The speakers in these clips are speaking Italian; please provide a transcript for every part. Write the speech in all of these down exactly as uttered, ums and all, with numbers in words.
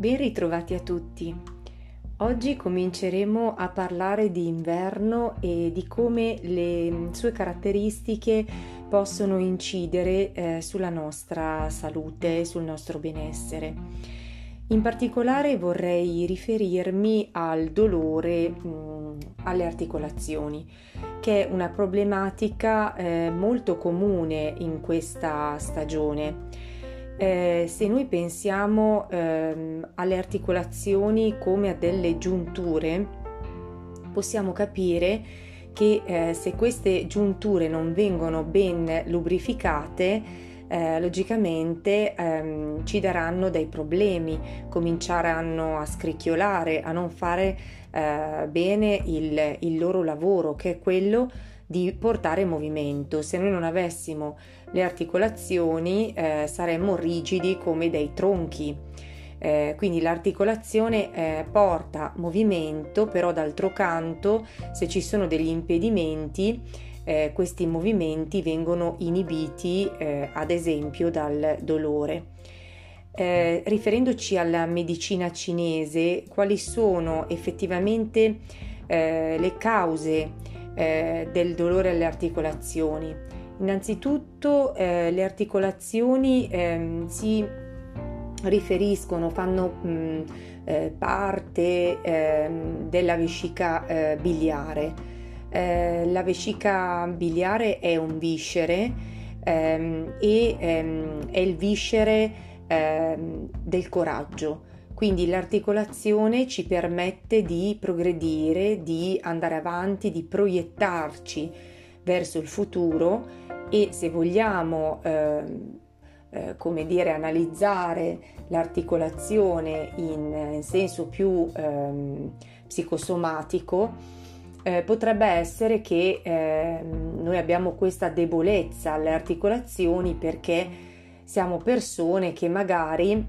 Ben ritrovati a tutti. Oggi cominceremo a parlare di inverno e di come le sue caratteristiche possono incidere eh, sulla nostra salute e sul nostro benessere. In particolare vorrei riferirmi al dolore mh, alle articolazioni, che è una problematica eh, molto comune in questa stagione. Eh, se noi pensiamo ehm, alle articolazioni come a delle giunture, possiamo capire che eh, se queste giunture non vengono ben lubrificate, eh, logicamente ehm, ci daranno dei problemi, cominceranno a scricchiolare, a non fare eh, bene il, il loro lavoro, che è quello di portare movimento. Se noi non avessimo le articolazioni eh, saremmo rigidi come dei tronchi, eh, quindi l'articolazione eh, porta movimento, però d'altro canto se ci sono degli impedimenti eh, questi movimenti vengono inibiti eh, ad esempio dal dolore. Eh, riferendoci alla medicina cinese, quali sono effettivamente eh, le cause eh, del dolore alle articolazioni? Innanzitutto eh, le articolazioni eh, si riferiscono, fanno mh, eh, parte eh, della vescica eh, biliare. Eh, la vescica biliare è un viscere ehm, e ehm, è il viscere ehm, del coraggio. Quindi l'articolazione ci permette di progredire, di andare avanti, di proiettarci verso il futuro. E se vogliamo eh, eh, come dire analizzare l'articolazione in, in senso più eh, psicosomatico, eh, potrebbe essere che eh, noi abbiamo questa debolezza alle articolazioni perché siamo persone che magari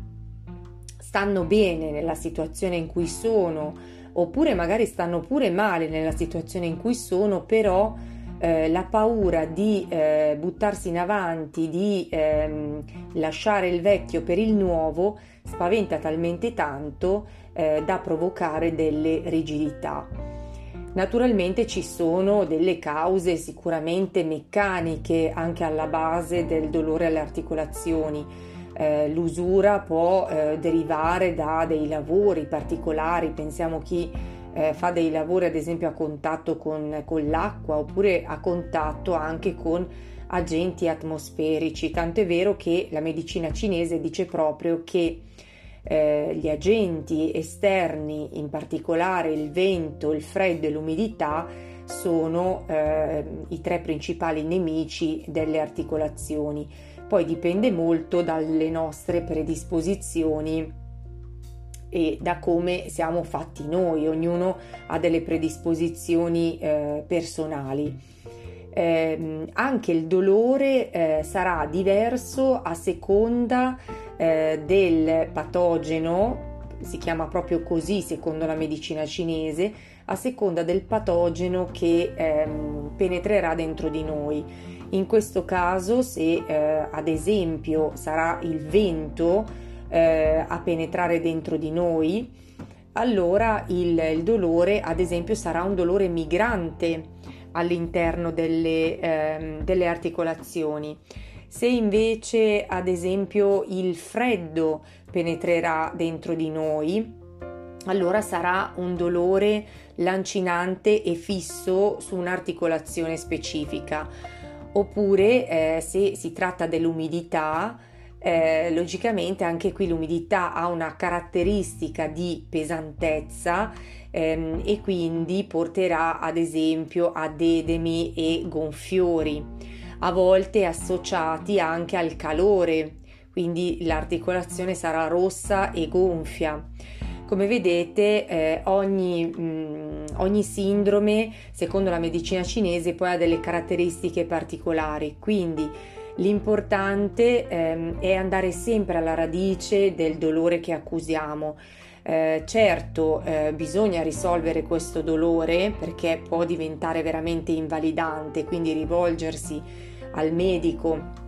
stanno bene nella situazione in cui sono, oppure magari stanno pure male nella situazione in cui sono, però Eh, la paura di eh, buttarsi in avanti, di ehm, lasciare il vecchio per il nuovo, spaventa talmente tanto eh, da provocare delle rigidità. Naturalmente ci sono delle cause sicuramente meccaniche anche alla base del dolore alle articolazioni. Eh, l'usura può eh, derivare da dei lavori particolari, pensiamo chi Eh, fa dei lavori ad esempio a contatto con, con l'acqua, oppure a contatto anche con agenti atmosferici, tanto è vero che la medicina cinese dice proprio che eh, gli agenti esterni, in particolare il vento, il freddo e l'umidità, sono eh, i tre principali nemici delle articolazioni. Poi dipende molto dalle nostre predisposizioni e da come siamo fatti noi, ognuno ha delle predisposizioni eh, personali. Eh, anche il dolore eh, sarà diverso a seconda eh, del patogeno, si chiama proprio così secondo la medicina cinese, a seconda del patogeno che ehm, penetrerà dentro di noi. In questo caso, se eh, ad esempio sarà il vento Eh, a penetrare dentro di noi, allora il, il dolore ad esempio sarà un dolore migrante all'interno delle, eh, delle articolazioni. Se invece ad esempio il freddo penetrerà dentro di noi, allora sarà un dolore lancinante e fisso su un'articolazione specifica. Oppure eh, se si tratta dell'umidità, Eh, logicamente anche qui l'umidità ha una caratteristica di pesantezza ehm, e quindi porterà ad esempio ad edemi e gonfiori, a volte associati anche al calore, quindi l'articolazione sarà rossa e gonfia. Come vedete eh, ogni, mh, ogni sindrome, secondo la medicina cinese, poi ha delle caratteristiche particolari, quindi l'importante ehm, è andare sempre alla radice del dolore che accusiamo. Eh, certo, eh, bisogna risolvere questo dolore perché può diventare veramente invalidante, quindi rivolgersi al medico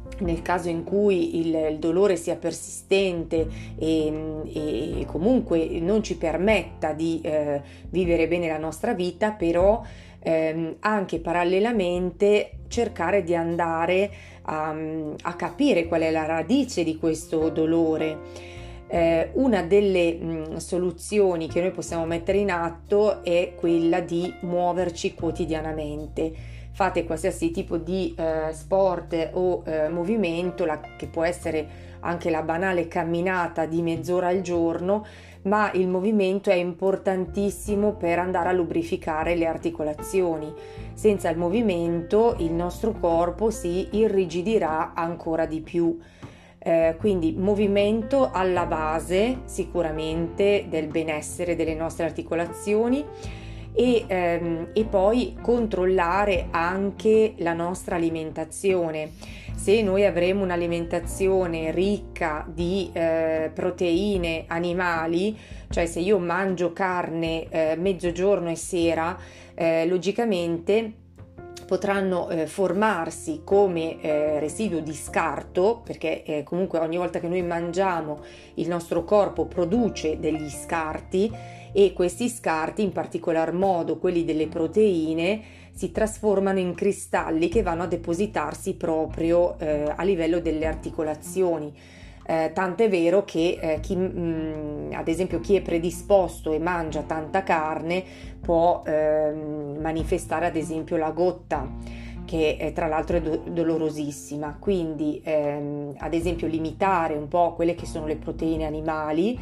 nel caso in cui il, il dolore sia persistente e, e comunque non ci permetta di eh, vivere bene la nostra vita, però ehm, anche parallelamente cercare di andare a, a capire qual è la radice di questo dolore. Eh, una delle mh, soluzioni che noi possiamo mettere in atto è quella di muoverci quotidianamente. Fate qualsiasi tipo di eh, sport o eh, movimento, la, che può essere anche la banale camminata di mezz'ora al giorno, ma il movimento è importantissimo per andare a lubrificare le articolazioni. Senza il movimento il nostro corpo si irrigidirà ancora di più. Eh, quindi movimento alla base sicuramente del benessere delle nostre articolazioni. E, ehm, e poi controllare anche la nostra alimentazione. Se noi avremo un'alimentazione ricca di eh, proteine animali, cioè se io mangio carne eh, mezzogiorno e sera, eh, logicamente potranno eh, formarsi come eh, residuo di scarto, perché eh, comunque ogni volta che noi mangiamo il nostro corpo produce degli scarti, e questi scarti, in particolar modo quelli delle proteine, si trasformano in cristalli che vanno a depositarsi proprio eh, a livello delle articolazioni. Eh, tant'è vero che eh, chi, mh, ad esempio chi è predisposto e mangia tanta carne può eh, manifestare ad esempio la gotta, che eh, tra l'altro è do- dolorosissima. Quindi ehm, ad esempio limitare un po' quelle che sono le proteine animali.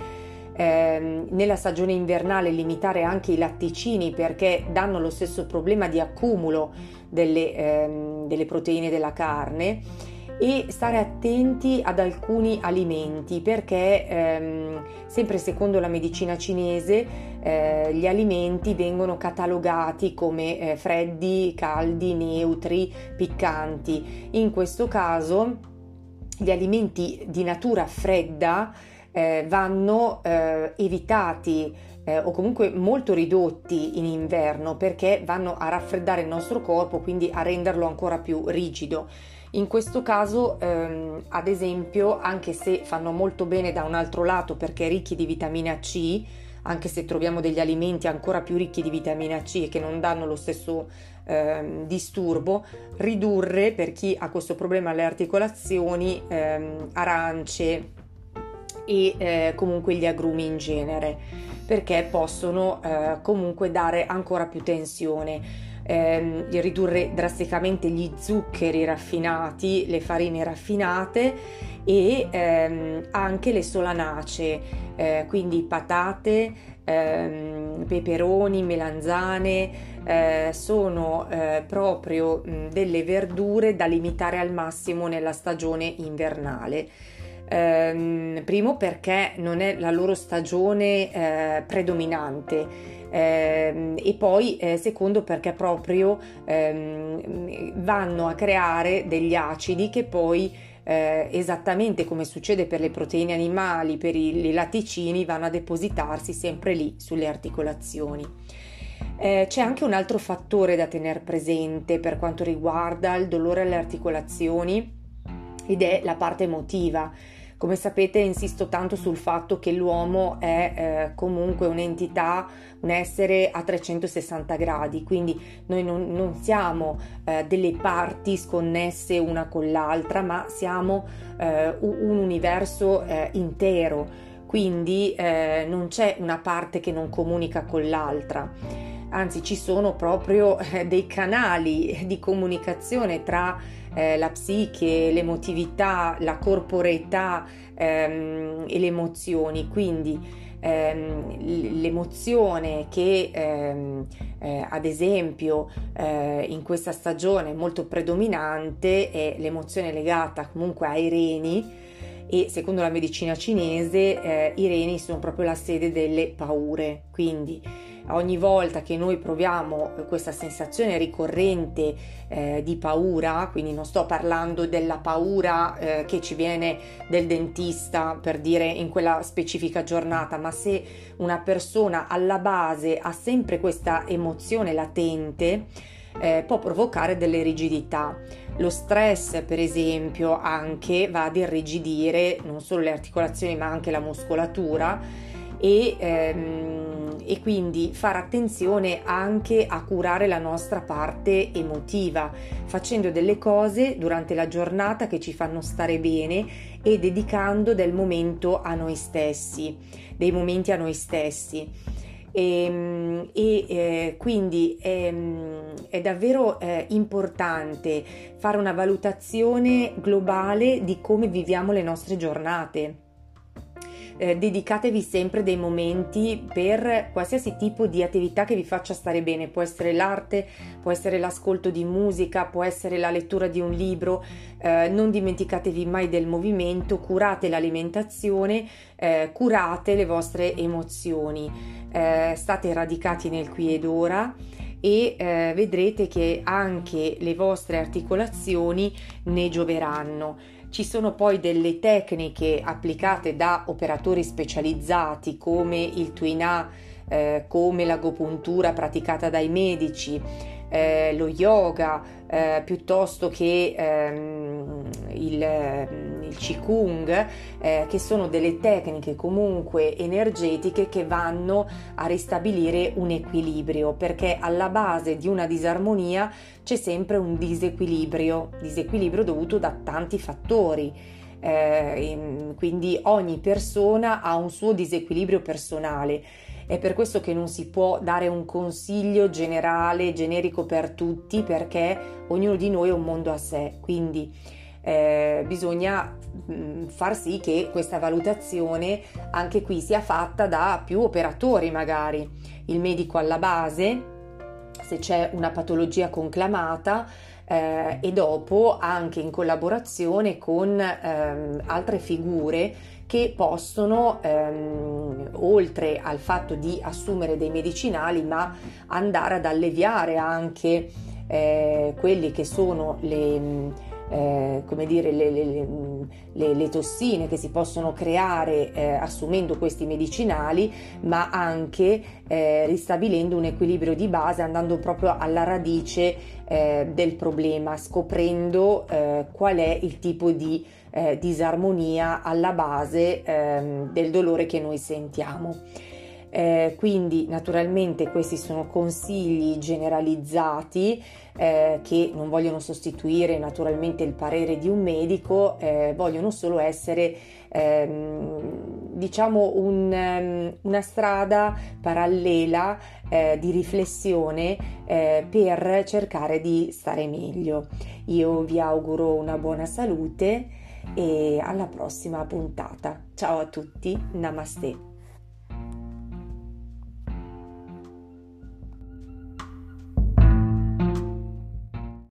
Eh, nella stagione invernale limitare anche i latticini, perché danno lo stesso problema di accumulo delle, ehm, delle proteine della carne, e stare attenti ad alcuni alimenti, perché ehm, sempre secondo la medicina cinese eh, gli alimenti vengono catalogati come eh, freddi, caldi, neutri, piccanti. In questo caso gli alimenti di natura fredda Eh, vanno eh, evitati eh, o comunque molto ridotti in inverno, perché vanno a raffreddare il nostro corpo, quindi a renderlo ancora più rigido. In questo caso ehm, ad esempio, anche se fanno molto bene da un altro lato perché ricchi di vitamina C, anche se troviamo degli alimenti ancora più ricchi di vitamina C e che non danno lo stesso ehm, disturbo, ridurre, per chi ha questo problema alle articolazioni, ehm, arance e eh, comunque gli agrumi in genere, perché possono eh, comunque dare ancora più tensione. Eh, ridurre drasticamente gli zuccheri raffinati, le farine raffinate e ehm, anche le solanacee, eh, quindi patate, ehm, peperoni, melanzane, eh, sono eh, proprio mh, delle verdure da limitare al massimo nella stagione invernale. Ehm, primo perché non è la loro stagione eh, predominante, ehm, e poi eh, secondo perché proprio ehm, vanno a creare degli acidi che poi eh, esattamente come succede per le proteine animali, per i, i latticini, vanno a depositarsi sempre lì sulle articolazioni. Eh, c'è anche un altro fattore da tenere presente per quanto riguarda il dolore alle articolazioni, ed è la parte emotiva. Come sapete, insisto tanto sul fatto che l'uomo è eh, comunque un'entità, un essere a trecentosessanta gradi, quindi noi non, non siamo eh, delle parti sconnesse una con l'altra, ma siamo eh, un universo eh, intero, quindi eh, non c'è una parte che non comunica con l'altra. Anzi, ci sono proprio eh, dei canali di comunicazione tra Eh, la psiche, l'emotività, la corporeità ehm, e le emozioni. Quindi ehm, l'emozione che ehm, eh, ad esempio eh, in questa stagione è molto predominante è l'emozione legata comunque ai reni, e secondo la medicina cinese eh, i reni sono proprio la sede delle paure. Quindi ogni volta che noi proviamo questa sensazione ricorrente eh, di paura, quindi non sto parlando della paura eh, che ci viene del dentista, per dire, in quella specifica giornata, ma se una persona alla base ha sempre questa emozione latente, eh, può provocare delle rigidità. Lo stress, per esempio, anche va ad irrigidire non solo le articolazioni ma anche la muscolatura e, ehm, e quindi fare attenzione anche a curare la nostra parte emotiva, facendo delle cose durante la giornata che ci fanno stare bene e dedicando del momento a noi stessi, dei momenti a noi stessi. E, e eh, quindi è, è davvero eh, importante fare una valutazione globale di come viviamo le nostre giornate. Eh, dedicatevi sempre dei momenti per qualsiasi tipo di attività che vi faccia stare bene, può essere l'arte, può essere l'ascolto di musica, può essere la lettura di un libro. Eh, non dimenticatevi mai del movimento, curate l'alimentazione, eh, curate le vostre emozioni, eh, state radicati nel qui ed ora e eh, vedrete che anche le vostre articolazioni ne gioveranno. Ci sono poi delle tecniche applicate da operatori specializzati come il Tuina, eh, come l'agopuntura praticata dai medici, eh, lo yoga, eh, piuttosto che ehm, il, il Qigong, eh, che sono delle tecniche comunque energetiche che vanno a ristabilire un equilibrio, perché alla base di una disarmonia c'è sempre un disequilibrio, disequilibrio dovuto da tanti fattori. Eh, quindi ogni persona ha un suo disequilibrio personale. È per questo che non si può dare un consiglio generale, generico per tutti, perché ognuno di noi è un mondo a sé, quindi eh, bisogna mh, far sì che questa valutazione anche qui sia fatta da più operatori, magari il medico alla base, se c'è una patologia conclamata, eh, e dopo anche in collaborazione con ehm, altre figure che possono, ehm, oltre al fatto di assumere dei medicinali, ma andare ad alleviare anche eh, quelli che sono le, eh, come dire, le, le, le, le tossine che si possono creare eh, assumendo questi medicinali, ma anche eh, ristabilendo un equilibrio di base, andando proprio alla radice eh, del problema, scoprendo eh, qual è il tipo di Eh, disarmonia alla base ehm, del dolore che noi sentiamo. Eh, quindi naturalmente questi sono consigli generalizzati eh, che non vogliono sostituire naturalmente il parere di un medico, eh, vogliono solo essere ehm, diciamo un, um, una strada parallela eh, di riflessione eh, per cercare di stare meglio. Io vi auguro una buona salute e alla prossima puntata. Ciao a tutti, namaste.